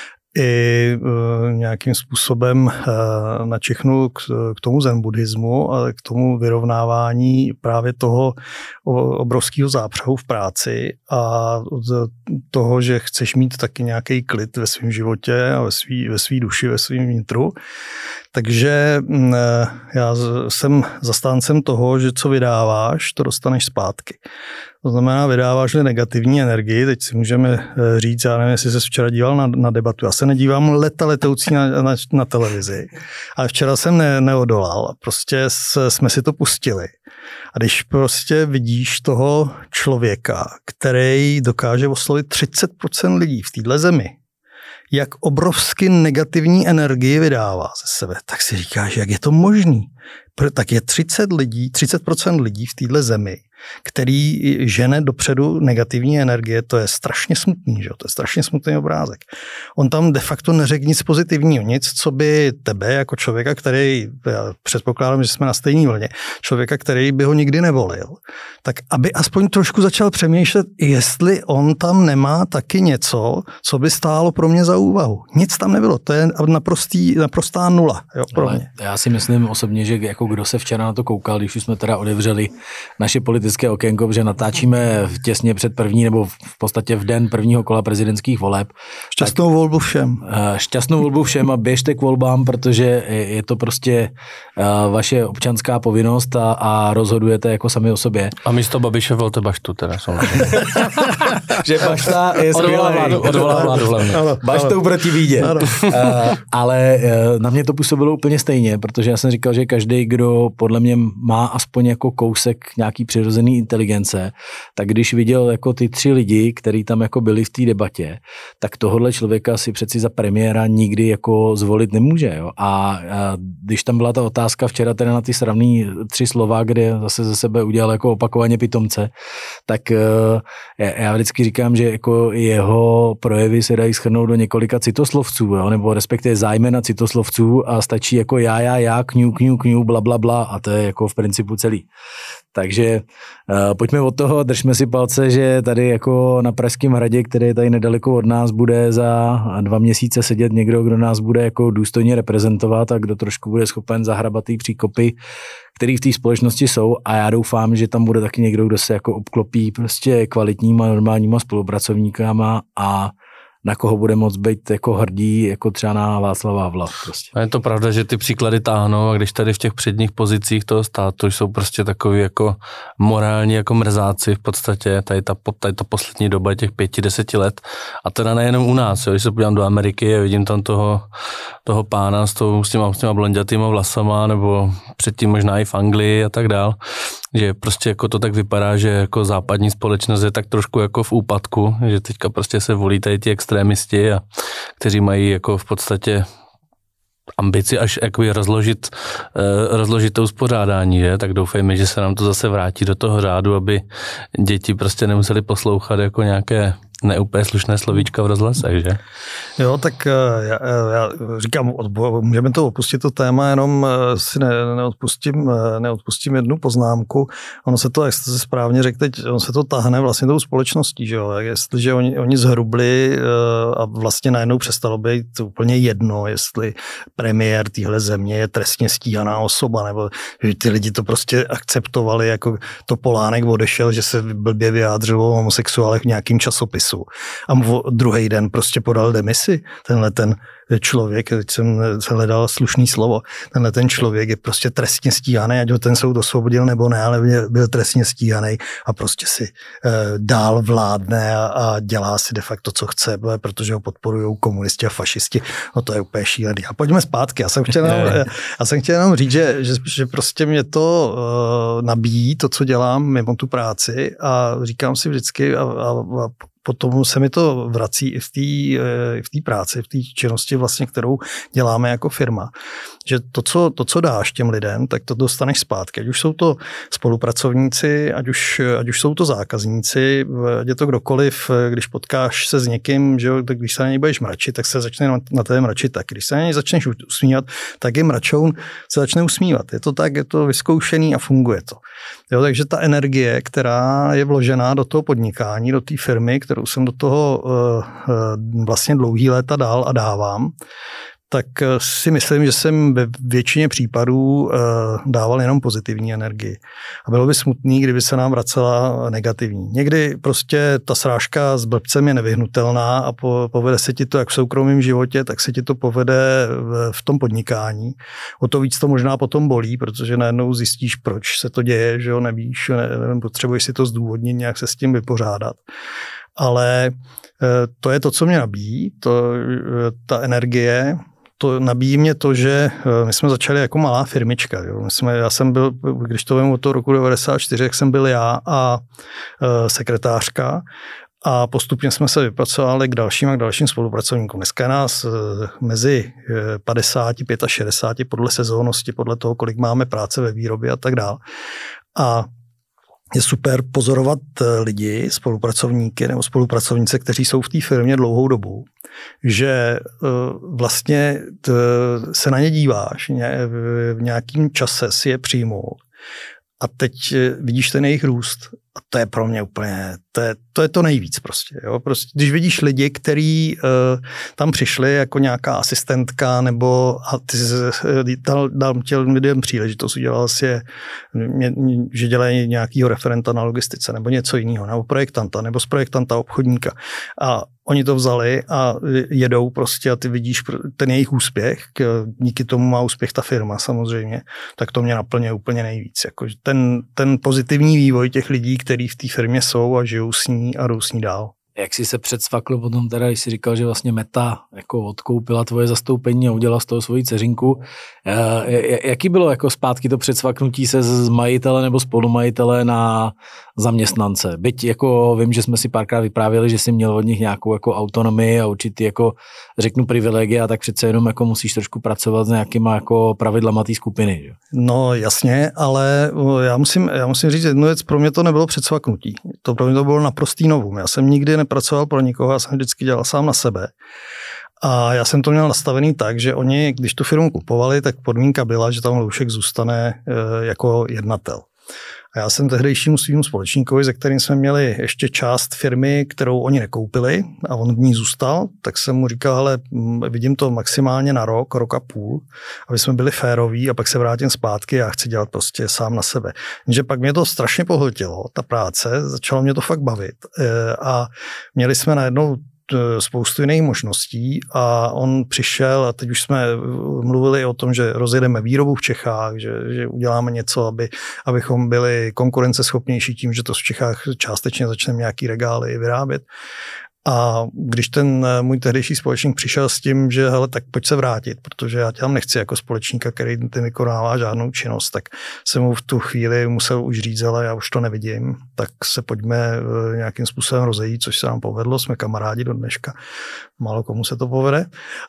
Speaker 3: i e, nějakým způsobem e, načichnul k, k tomu zen buddhismu a k tomu vyrovnávání právě toho obrovského zápřehu v práci a toho, že chceš mít taky nějaký klid ve svém životě a ve svý, ve svý duši, ve svém vnitru. Takže e, já jsem zastáncem toho, že co vydáváš, to dostaneš zpátky. To znamená, vydáváš-li negativní energii, teď si můžeme říct, já nevím, jestli jsi včera díval na, na debatu, já se nedívám leta letoucí na, na, na televizi, ale včera jsem ne, neodolal, prostě s, jsme si to pustili. A když prostě vidíš toho člověka, který dokáže oslovit třicet procent lidí v téhle zemi, jak obrovsky negativní energii vydává ze sebe, tak si říkáš, jak je to možný. Tak je třicet lidí, třicet procent lidí v téhle zemi, který žene dopředu negativní energie, to je strašně smutný, že? To je strašně smutný obrázek. On tam de facto neřekl nic pozitivního, nic, co by tebe jako člověka, který, já předpokládám, že jsme na stejné vlně, člověka, který by ho nikdy nevolil, tak aby aspoň trošku začal přemýšlet, jestli on tam nemá taky něco, co by stálo pro mě za úvahu. Nic tam nebylo, to je naprostý, naprostá nula, jo, pro mě.
Speaker 1: Já si myslím osobně, že jako kdo se včera na to koukal, když už jsme teda otevřeli naše politické okénko, že natáčíme těsně před první nebo v podstatě v den prvního kola prezidentských voleb.
Speaker 3: Šťastnou tak, volbu všem.
Speaker 1: Šťastnou volbu všem a běžte k volbám, protože je to prostě vaše občanská povinnost a, a rozhodujete jako sami o sobě.
Speaker 2: A místo Babiše volte Baštu teda.
Speaker 1: Že Bašta je skvělá vládu.
Speaker 2: Odvolá vládu hlavně.
Speaker 1: Baštou proti výdě. Ale na mě to působilo úplně stejně, protože já jsem říkal, že každý, kdo podle mě má aspoň jako kousek nějaký přirozený inteligence, tak když viděl jako ty tři lidi, kteří tam jako byli v té debatě, tak tohohle člověka si přeci za premiéra nikdy jako zvolit nemůže. Jo? A, a když tam byla ta otázka včera teda na ty sravný tři slova, kde zase ze sebe udělal jako opakovaně pitomce, tak uh, já vždycky říkám, že jako jeho projevy se dají shrnout do několika citoslovců, jo? Nebo respektive zájmena citoslovců a stačí jako já, já, já, kňu, kňu, kňu, bla, bla, bla a to je jako v principu celý. Takže Pojďme od toho, držme si palce, že tady jako na Pražském hradě, který je tady nedaleko od nás, bude za dva měsíce sedět někdo, kdo nás bude jako důstojně reprezentovat a kdo trošku bude schopen zahrabat ty příkopy, který v té společnosti jsou, a já doufám, že tam bude taky někdo, kdo se jako obklopí prostě kvalitníma, normálníma spolupracovníkama a na koho bude moct být jako hrdí, jako třeba na Václava Havla. Prostě.
Speaker 2: A je to pravda, že ty příklady táhnou a když tady v těch předních pozicích toho státu jsou prostě takový jako morální jako mrzáci v podstatě, tady ta, tady ta poslední doba těch pěti, deseti let a teda nejenom u nás, jo. Když se podívám do Ameriky a vidím tam toho, toho pána s, tou, s těma, s těma blondětýma vlasama nebo předtím možná i v Anglii a tak dál, že prostě jako to tak vypadá, že jako západní společnost je tak trošku jako v úpadku, že teďka prostě se volí tady ti extrémisti, a kteří mají jako v podstatě ambici až jako rozložit, eh, rozložit to uspořádání, že? Tak doufejme, že se nám to zase vrátí do toho řádu, aby děti prostě nemuseli poslouchat jako nějaké neúplně slušné slovíčka v rozhlasech, že?
Speaker 3: Jo, tak já, já říkám, můžeme to opustit to téma, jenom si ne, neodpustím, neodpustím jednu poznámku. Ono se to, jak jste se správně řekl teď, ono se to tahne vlastně tou společností, že jo? Jestliže oni, oni zhrubli a vlastně najednou přestalo být úplně jedno, jestli premiér téhle země je trestně stíhaná osoba, nebo že ty lidi to prostě akceptovali, jako Topolánek odešel, že se blbě vyjádřilo o homosexuálech v nějakým časopisu. A mu druhý den prostě podal demisi. Tenhle ten člověk, teď jsem hledal slušný slovo, tenhle ten člověk je prostě trestně stíhaný, ať ho ten soud osvobodil nebo ne, ale byl trestně stíhaný a prostě si e, dál vládne a, a dělá si de facto, co chce, protože ho podporují komunisti a fašisti. No to je úplně šílený. A pojďme zpátky. Já jsem chtěl jenom, já jsem chtěl jenom říct, že, že, že prostě mě to e, nabíjí, to, co dělám mimo tu práci, a říkám si vždycky a, a, a potom se mi to vrací i v té v té práci, v té činnosti vlastně, kterou děláme jako firma. Že to co, to, co dáš těm lidem, tak to dostaneš zpátky. Ať už jsou to spolupracovníci, ať už, ať už jsou to zákazníci, ať je to kdokoliv, když potkáš se s někým, že tak když se na něj budeš mračit, tak se začne na, na tebe mračit tak. Když se na něj začneš usmívat, tak je mračoun se začne usmívat. Je to tak, je to vyzkoušený a funguje to. Jo, takže ta energie, která je vložená do toho podnikání, do té firmy, kterou jsem do toho uh, vlastně dlouhý léta dál a dávám, tak si myslím, že jsem ve většině případů uh, dával jenom pozitivní energii. A bylo by smutný, kdyby se nám vracela negativní. Někdy prostě ta srážka s blbcem je nevyhnutelná a po, povede se ti to jak v soukromém životě, tak se ti to povede v, v tom podnikání. O to víc to možná potom bolí, protože najednou zjistíš, proč se to děje, že jo, nevíš, ne, potřebuješ si to zdůvodnit, nějak se s tím vypořádat. Ale to je to, co mě nabíjí, to, ta energie. To nabíjí mě to, že my jsme začali jako malá firmička. Jo. My jsme, já jsem byl, když to vím od toho roku devadesát čtyři, jak jsem byl já a e, sekretářka, a postupně jsme se vypracovali k dalším a k dalším spolupracovníkům. Dneska je nás e, mezi padesát a šedesát pět podle sezónnosti, podle toho, kolik máme práce ve výrobě a tak dále. A je super pozorovat lidi, spolupracovníky nebo spolupracovnice, kteří jsou v té firmě dlouhou dobu, že vlastně se na ně díváš, v nějakým čase si je přijmou a teď vidíš ten jejich růst. A to je pro mě úplně, to je to, je to nejvíc prostě, jo. Prostě, když vidíš lidi, kteří uh, tam přišli jako nějaká asistentka, nebo a ty dal, dal těm lidem příležitost, udělal si je, že dělají nějakýho referenta na logistice, nebo něco jiného, nebo projektanta, nebo z projektanta obchodníka. A oni to vzali a jedou prostě a ty vidíš ten jejich úspěch, díky tomu má úspěch ta firma samozřejmě, tak to mě naplňuje úplně nejvíc. Jako, ten, ten pozitivní vývoj těch lidí, kteří v té firmě jsou a žijou s ní a jdou s ní dál.
Speaker 1: Jak jsi se předsvakl potom teda, když jsi říkal, že vlastně Meta jako odkoupila tvoje zastoupení a udělala z toho svoji dceřinku. Jaký bylo jako zpátky to předsvaknutí se z majitele nebo spolumajitele na zaměstnance? Byť jako vím, že jsme si párkrát vyprávěli, že jsi měl od nich nějakou jako autonomii a určitý jako řeknu privilegia, tak přece jenom jako musíš trošku pracovat s nějakýma jako pravidlama té skupiny. Že?
Speaker 3: No jasně, ale já musím, já musím říct jednu věc, pro mě to nebylo předsvaknutí. To pro mě to bylo naprostý novum. Já jsem nikdy nepracoval pro nikoho, já jsem vždycky dělal sám na sebe. A já jsem to měl nastavený tak, že oni, když tu firmu kupovali, tak podmínka byla, že tam Loušek zůstane jako jednatel. A já jsem tehdejšímu svým společníkovi, ze kterým jsme měli ještě část firmy, kterou oni nekoupili a on v ní zůstal, tak jsem mu říkal, ale vidím to maximálně na rok, rok a půl, aby jsme byli féroví a pak se vrátím zpátky, já chci dělat prostě sám na sebe. Jenže pak mě to strašně pohltilo, ta práce, začalo mě to fakt bavit a měli jsme najednou spoustu jiných možností a on přišel a teď už jsme mluvili o tom, že rozjedeme výrobu v Čechách, že, že uděláme něco, aby, abychom byli konkurenceschopnější tím, že to v Čechách částečně začneme nějaký regály vyrábět. A když ten můj tehdejší společník přišel s tím, že hele, tak pojď se vrátit, protože já tě tam nechci jako společníka, který ty vykonává žádnou činnost, tak jsem mu v tu chvíli musel už říct, ale já už to nevidím, tak se pojďme nějakým způsobem rozejít, což se nám povedlo, jsme kamarádi do dneška, málo komu se to povede.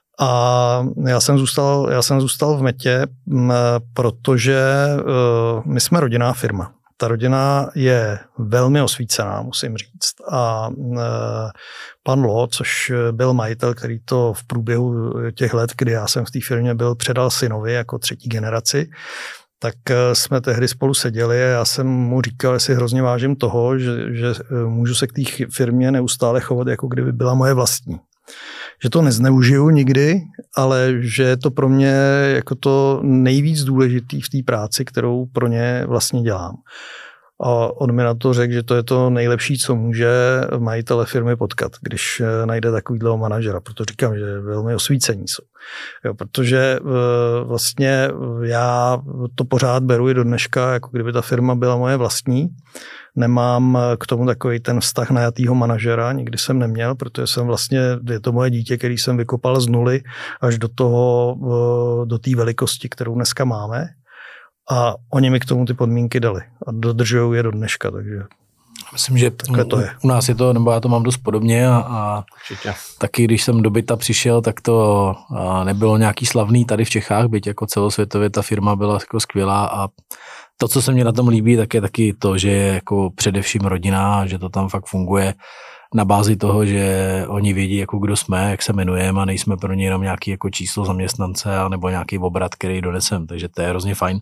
Speaker 3: A já jsem zůstal, já jsem zůstal v Metě, protože my jsme rodinná firma. Ta rodina je velmi osvícená, musím říct. A e, pan Lo, což byl majitel, který to v průběhu těch let, kdy já jsem v té firmě byl, předal synovi jako třetí generaci, tak jsme tehdy spolu seděli a já jsem mu říkal, jestli hrozně vážím toho, že, že můžu se k té firmě neustále chovat, jako kdyby byla moje vlastní. Že to nezneužiju nikdy, ale že je to pro mě jako to nejvíc důležitý v té práci, kterou pro ně vlastně dělám. A on mi na to řekl, že to je to nejlepší, co může majitele firmy potkat, když najde takovýhle manažera, proto říkám, že velmi osvícení jsou. Jo, protože vlastně já to pořád beru i do dneška, jako kdyby ta firma byla moje vlastní. Nemám k tomu takový ten vztah najatýho manažera, nikdy jsem neměl, protože jsem vlastně, je to moje dítě, který jsem vykopal z nuly až do toho, do té velikosti, kterou dneska máme. A oni mi k tomu ty podmínky dali a dodržují je do dneška, takže
Speaker 1: myslím, že u, to je. U nás je to, nebo já to mám dost podobně a, a taky, když jsem do Byta přišel, tak to nebylo nějaký slavný tady v Čechách, byť jako celosvětově ta firma byla jako skvělá a to, co se mně na tom líbí, tak je taky to, že je jako především rodina, že to tam fakt funguje na bázi toho, že oni vědí, jako kdo jsme, jak se jmenujeme a nejsme pro ně jenom nějaký jako číslo zaměstnance nebo nějaký obrat, který donesem, takže to je hrozně fajn.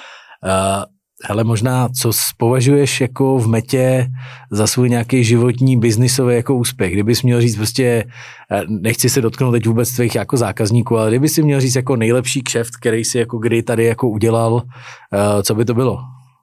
Speaker 1: Uh, hele, možná, co považuješ jako v Metě za svůj nějaký životní biznisový jako úspěch? Kdybys měl říct prostě, nechci se dotknout teď vůbec tvých jako zákazníků, ale kdybys si měl říct jako nejlepší kšeft, který si jako kdy tady jako udělal, uh, co by to bylo?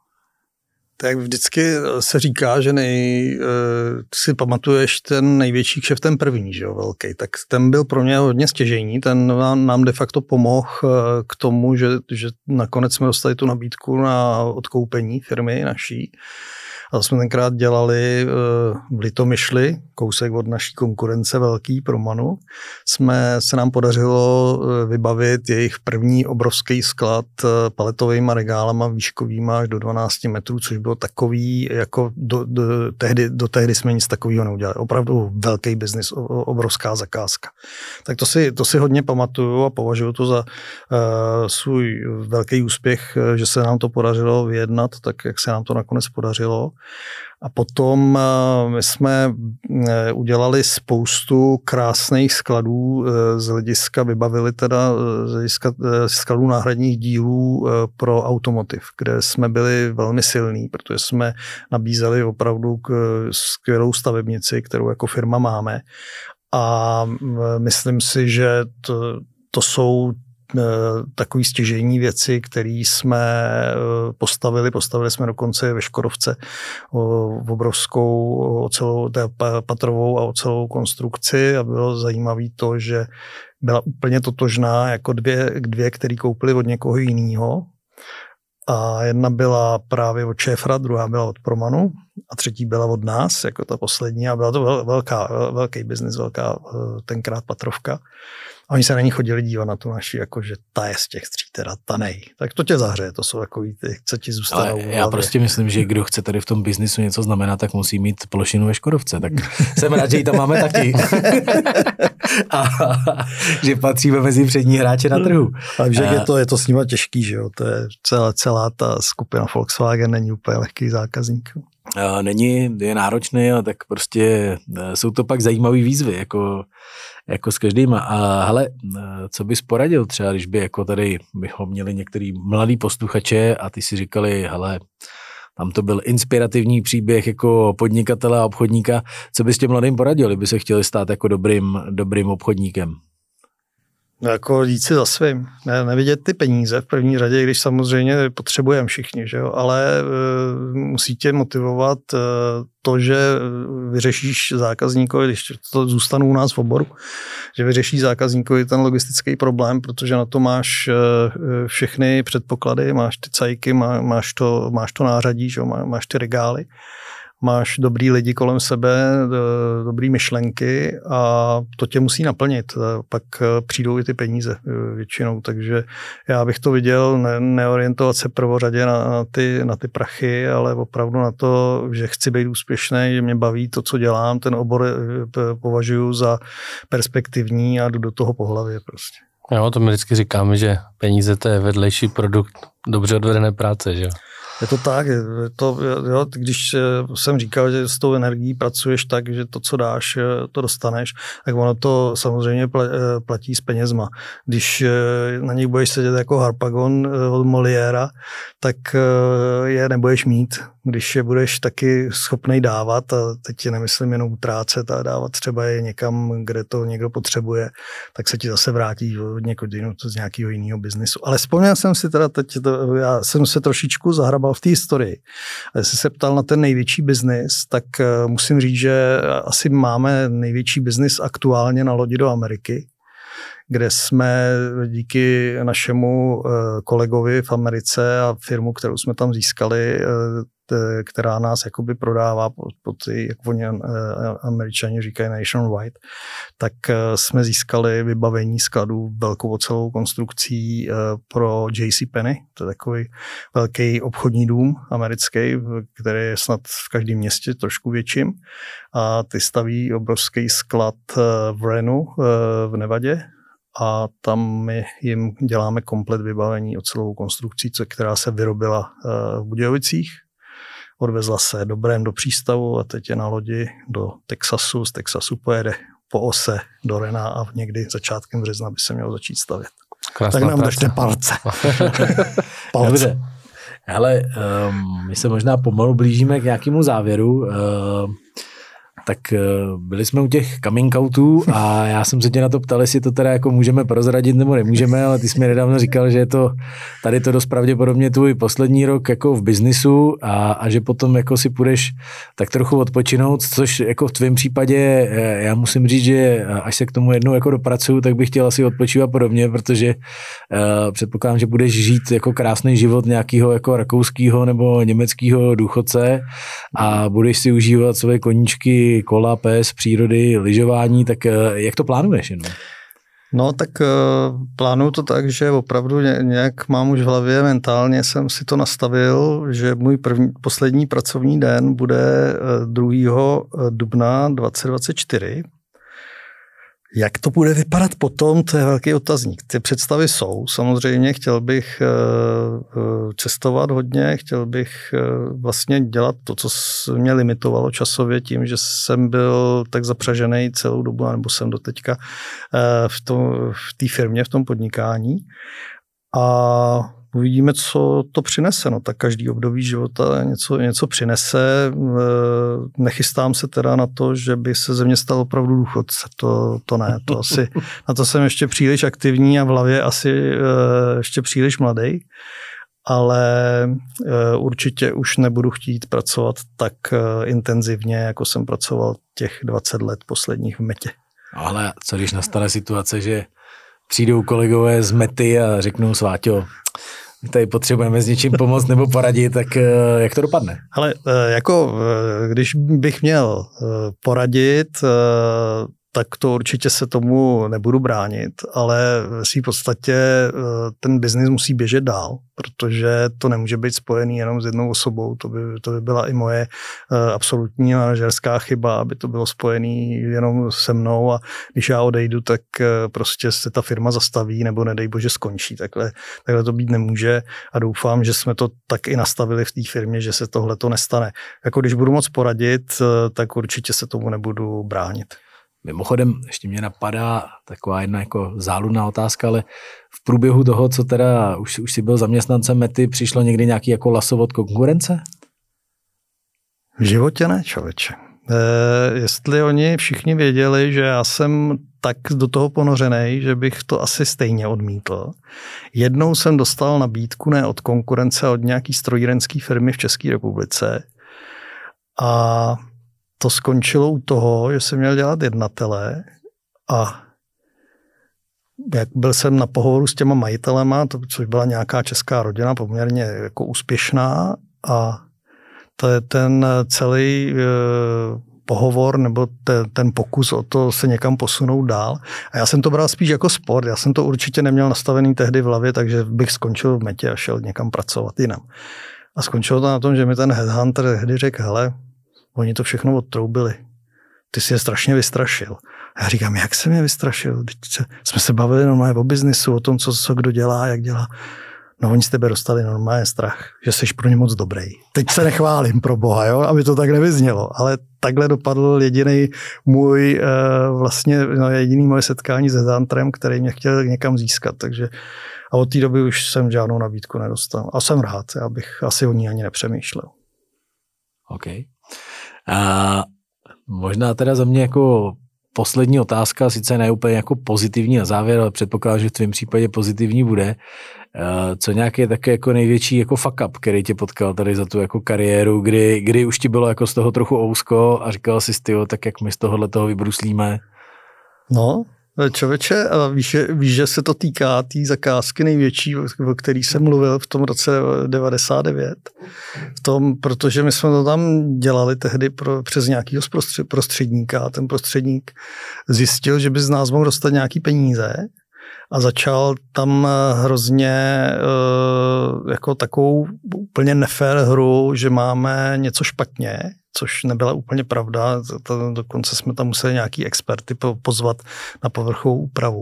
Speaker 3: Tak vždycky se říká, že nej, si pamatuješ ten největší kšeft, ten první, že jo, velký. Tak ten byl pro mě hodně stěžejní, ten nám de facto pomohl k tomu, že, že nakonec jsme dostali tu nabídku na odkoupení firmy naší. A to jsme tenkrát dělali v Litomyšli, kousek od naší konkurence velký pro Manu. Jsme, se nám podařilo vybavit jejich první obrovský sklad paletovými regálama výškovýma až do dvanáct metrů, což bylo takový, jako do, do, tehdy, do tehdy jsme nic takového neudělali. Opravdu velký biznis, obrovská zakázka. Tak to si, to si hodně pamatuju a považuji to za uh, svůj velký úspěch, že se nám to podařilo vyjednat, tak jak se nám to nakonec podařilo. A potom my jsme udělali spoustu krásných skladů z hlediska, vybavili teda z hlediska skladů náhradních dílů pro automotiv, kde jsme byli velmi silní, protože jsme nabízeli opravdu skvělou stavebnici, kterou jako firma máme. A myslím si, že to, to jsou takový stěžejní věci, které jsme postavili. Postavili jsme dokonce ve Škodovce obrovskou ocelovou, patrovou a ocelovou konstrukci a bylo zajímavé to, že byla úplně totožná jako dvě, dvě které koupili od někoho jiného. A jedna byla právě od Šéfra, druhá byla od Promanu a třetí byla od nás, jako ta poslední. A byla to velká, velký biznis, velká tenkrát patrovka. A oni se na ní chodili dívat na tu naši, jakože ta je z těch tří, teda ta nej. Tak to tě zahřeje, to jsou takový ty, co ti zůstanou.
Speaker 1: Já prostě myslím, že kdo chce tady v tom biznisu něco znamená, tak musí mít plošinu ve Škodovce. Tak jsem rád, že ji tam máme taky. A že patříme mezi přední hráče na trhu.
Speaker 3: Ale že je to, je to s nima těžký, že jo? To je celá, celá ta skupina Volkswagen není úplně lehký zákazník.
Speaker 1: Není, je náročný, ale tak prostě jsou to pak zajímavé výzvy, jako, jako s každým. A hele, co bys poradil třeba, když by jako tady bychom měli některý mladý posluchače a ty si říkali, hele, tam to byl inspirativní příběh jako podnikatele a obchodníka. Co bys těm mladým poradil, kdyby se chtěli stát jako dobrým, dobrým obchodníkem?
Speaker 3: No jako jít si za svým, ne, nevidět ty peníze v první řadě, když samozřejmě potřebujeme všichni, že jo? Ale uh, musí tě motivovat uh, to, že vyřešíš zákazníkovi, když to zůstanu u nás v oboru, že vyřešíš zákazníkovi ten logistický problém, protože na to máš uh, všechny předpoklady, máš ty cajky, má, máš, to, máš to nářadí, že jo? Má, máš ty regály. Máš dobrý lidi kolem sebe, dobrý myšlenky a to tě musí naplnit. Pak přijdou i ty peníze většinou, takže já bych to viděl, ne, neorientovat se prvořadě na, na, ty, na ty prachy, ale opravdu na to, že chci být úspěšný, že mě baví to, co dělám, ten obor považuji za perspektivní a jdu do toho po hlavě prostě.
Speaker 2: Jo, to my vždycky říkáme, že peníze to je vedlejší produkt dobře odvedené práce, že jo?
Speaker 3: Je to tak, je to, jo, když jsem říkal, že s tou energií pracuješ tak, že to, co dáš, to dostaneš, tak ono to samozřejmě platí s penězma. Když na nich budeš sedět jako Harpagon od Moliéra, tak je nebudeš mít. Když je budeš taky schopnej dávat, a teď nemyslím jenom utrácet a dávat třeba je někam, kde to někdo potřebuje, tak se ti zase vrátí od někud jiného, z nějakého jiného biznisu. Ale vzpomněl jsem si teda teď, to, já jsem se trošičku zahrabal v té historii. A jestli se ptal na ten největší biznis, tak musím říct, že asi máme největší biznis aktuálně na lodi do Ameriky, kde jsme díky našemu kolegovi v Americe a firmu, kterou jsme tam získali, která nás jakoby prodává pod, pod jak oni Američani říkají nationwide, tak jsme získali vybavení skladů velkou ocelovou konstrukcí pro JCPenney, to je takový velký obchodní dům americký, který je snad v každém městě trošku větším a ty staví obrovský sklad v Renu v Nevadě a tam my jim děláme komplet vybavení ocelovou konstrukcí, která se vyrobila v Budějovicích. Odvezla se do Brem do přístavu a teď je na lodi do Texasu. Z Texasu pojede po ose do Rena a někdy začátkem března by se mělo začít stavět.
Speaker 2: Krásná
Speaker 3: tak nám
Speaker 2: práce.
Speaker 3: držte palce. palce.
Speaker 1: Dobře. Hele, um, my se možná pomalu blížíme k nějakému závěru. Uh, tak uh, byli jsme u těch coming outů a já jsem se tě na to ptal, jestli to teda jako můžeme prozradit nebo nemůžeme, ale ty jsi mi nedávno říkal, že je to tady to dost pravděpodobně tvůj poslední rok jako v biznisu a, a že potom jako si půjdeš tak trochu odpočinout, což jako v tvém případě já musím říct, že až se k tomu jednou jako dopracuju, tak bych chtěl asi odpočívat podobně, protože uh, předpokládám, že budeš žít jako krásný život nějakého jako rakouského nebo německého důchodce a budeš si užívat své koníčky, kola, pes, přírody, lyžování, tak jak to plánuješ jenom?
Speaker 3: No tak uh, plánuju to tak, že opravdu nějak mám už v hlavě, mentálně jsem si to nastavil, že můj první, poslední pracovní den bude druhého dubna dvacet dvacet čtyři. Jak to bude vypadat potom, to je velký otazník. Ty představy jsou, samozřejmě chtěl bych cestovat hodně, chtěl bych vlastně dělat to, co mě limitovalo časově tím, že jsem byl tak zapřažený celou dobu, nebo jsem doteďka v tom, v té firmě, v tom podnikání. A uvidíme, co to přinese. No, tak každý období života něco, něco přinese. Nechystám se teda na to, že by se ze mě stal opravdu důchodce. To, to ne. To asi, na to jsem ještě příliš aktivní a v hlavě asi ještě příliš mladý. Ale určitě už nebudu chtít pracovat tak intenzivně, jako jsem pracoval těch dvacet let posledních v Metě.
Speaker 1: Ale co když nastane situace, že přijdou kolegové z Mety a řeknou: Sváťo, my tady potřebujeme s něčím pomoct nebo poradit, tak jak to dopadne?
Speaker 3: Ale jako, když bych měl poradit, tak to určitě se tomu nebudu bránit, ale v svým podstatě ten biznis musí běžet dál, protože to nemůže být spojený jenom s jednou osobou, to by, to by byla i moje absolutní manažerská chyba, aby to bylo spojený jenom se mnou a když já odejdu, tak prostě se ta firma zastaví nebo nedej bože skončí, takhle, takhle to být nemůže a doufám, že jsme to tak i nastavili v té firmě, že se tohle to nestane. Jako když budu moc poradit, tak určitě se tomu nebudu bránit.
Speaker 1: Mimochodem, ještě mě napadá taková jedna jako záludná otázka, ale v průběhu toho, co teda už, už si byl zaměstnancem Mety, přišlo někdy nějaký jako laso od konkurence?
Speaker 3: V životě ne, člověče. E, jestli oni všichni věděli, že já jsem tak do toho ponořený, že bych to asi stejně odmítl. Jednou jsem dostal nabídku ne od konkurence, a od nějaký strojírenské firmy v České republice a to skončilo u toho, že jsem měl dělat jednatele a jak byl jsem na pohovoru s těma majitelema, to, což byla nějaká česká rodina, poměrně jako úspěšná a to je ten celý e, pohovor nebo te, ten pokus o to se někam posunout dál. A já jsem to bral spíš jako sport, já jsem to určitě neměl nastavený tehdy v hlavě, takže bych skončil v Metě a šel někam pracovat jinam. A skončilo to na tom, že mi ten headhunter tehdy řekl, hele, oni to všechno odtroubili. Ty si je strašně vystrašil. A já říkám, jak jsem je vystrašil? Jsme se bavili normálně o biznisu, o tom, co, co kdo dělá, jak dělá. No oni z tebe dostali normálně strach, že jsi pro ně moc dobrý. Teď se nechválím pro boha, jo, aby to tak nevyznělo, ale takhle dopadl jediný můj, vlastně no, jediný moje setkání s headhunterem, který mě chtěl někam získat, takže a od té doby už jsem žádnou nabídku nedostal. A jsem rád, já bych asi o ní ani nepřemýšlel.
Speaker 1: OK. A možná teda za mě jako poslední otázka, sice ne úplně jako pozitivní na závěr, ale předpokládám, že v tvém případě pozitivní bude. Co nějaký také jako největší jako fuck up, který tě potkal tady za tu jako kariéru, kdy, kdy už ti bylo jako z toho trochu ousko a říkal jsi ty, tak jak my z tohohle toho vybruslíme?
Speaker 3: No, člověče, víš, víš, že se to týká té tý zakázky největší, o který jsem mluvil v tom roce devadesát devět. V tom, protože my jsme to tam dělali tehdy pro, přes nějakého prostředníka a ten prostředník zjistil, že by z nás mohl dostat nějaký peníze a začal tam hrozně jako takovou úplně nefér hru, že máme něco špatně, což nebyla úplně pravda. To, dokonce jsme tam museli nějaký experty pozvat na povrchovou úpravu.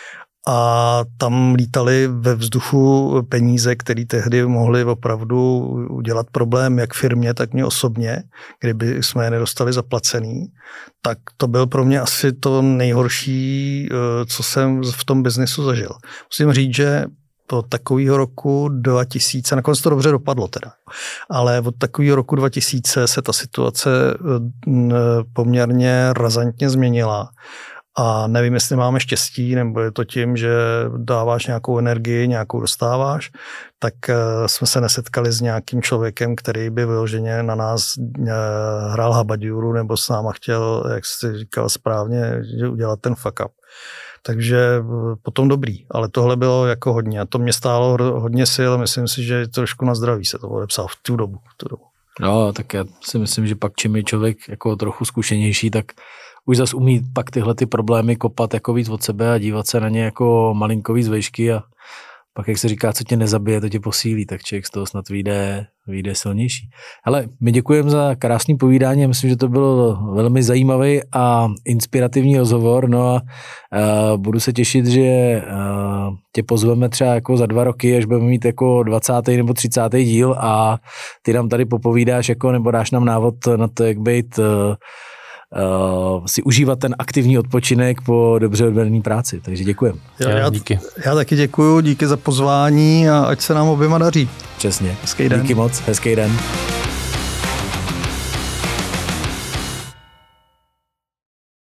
Speaker 3: A tam lítali ve vzduchu peníze, které tehdy mohly opravdu udělat problém jak firmě, tak mě osobně, kdyby jsme je nedostali zaplacený. Tak to byl pro mě asi to nejhorší, co jsem v tom biznesu zažil. Musím říct, že od takového roku dva tisíce, nakonec to dobře dopadlo teda, ale od takového roku dva tisíce se ta situace poměrně razantně změnila. A nevím, jestli máme štěstí, nebo je to tím, že dáváš nějakou energii, nějakou dostáváš, tak jsme se nesetkali s nějakým člověkem, který by vyloženě na nás hrál habadjuru, nebo s náma chtěl, jak jsi říkal správně, udělat ten fuck up. Takže potom dobrý, ale tohle bylo jako hodně. A to mě stálo hodně sil, myslím si, že trošku na zdraví se to odepsal v tu dobu. V tu dobu.
Speaker 1: No, tak já si myslím, že pak čím je člověk jako trochu zkušenější, tak už zas umí pak tyhle ty problémy kopat jako víc od sebe a dívat se na ně jako malinkový z vejšky a pak, jak se říká, co tě nezabije, to tě posílí, tak člověk z toho snad vyjde, vyjde silnější. Hele, my děkujeme za krásný povídání, myslím, že to byl velmi zajímavý a inspirativní rozhovor, no a uh, budu se těšit, že uh, tě pozveme třeba jako za dva roky, až budeme mít jako dvacátý nebo třicátý díl a ty nám tady popovídáš jako, nebo dáš nám návod na to, jak být uh, Uh, si užívat ten aktivní odpočinek po dobře odvedené práci. Takže děkujem.
Speaker 3: Já, já, díky. Já taky děkuju, díky za pozvání a ať se nám oběma daří.
Speaker 1: Přesně. Hezký den. Díky moc, hezký den.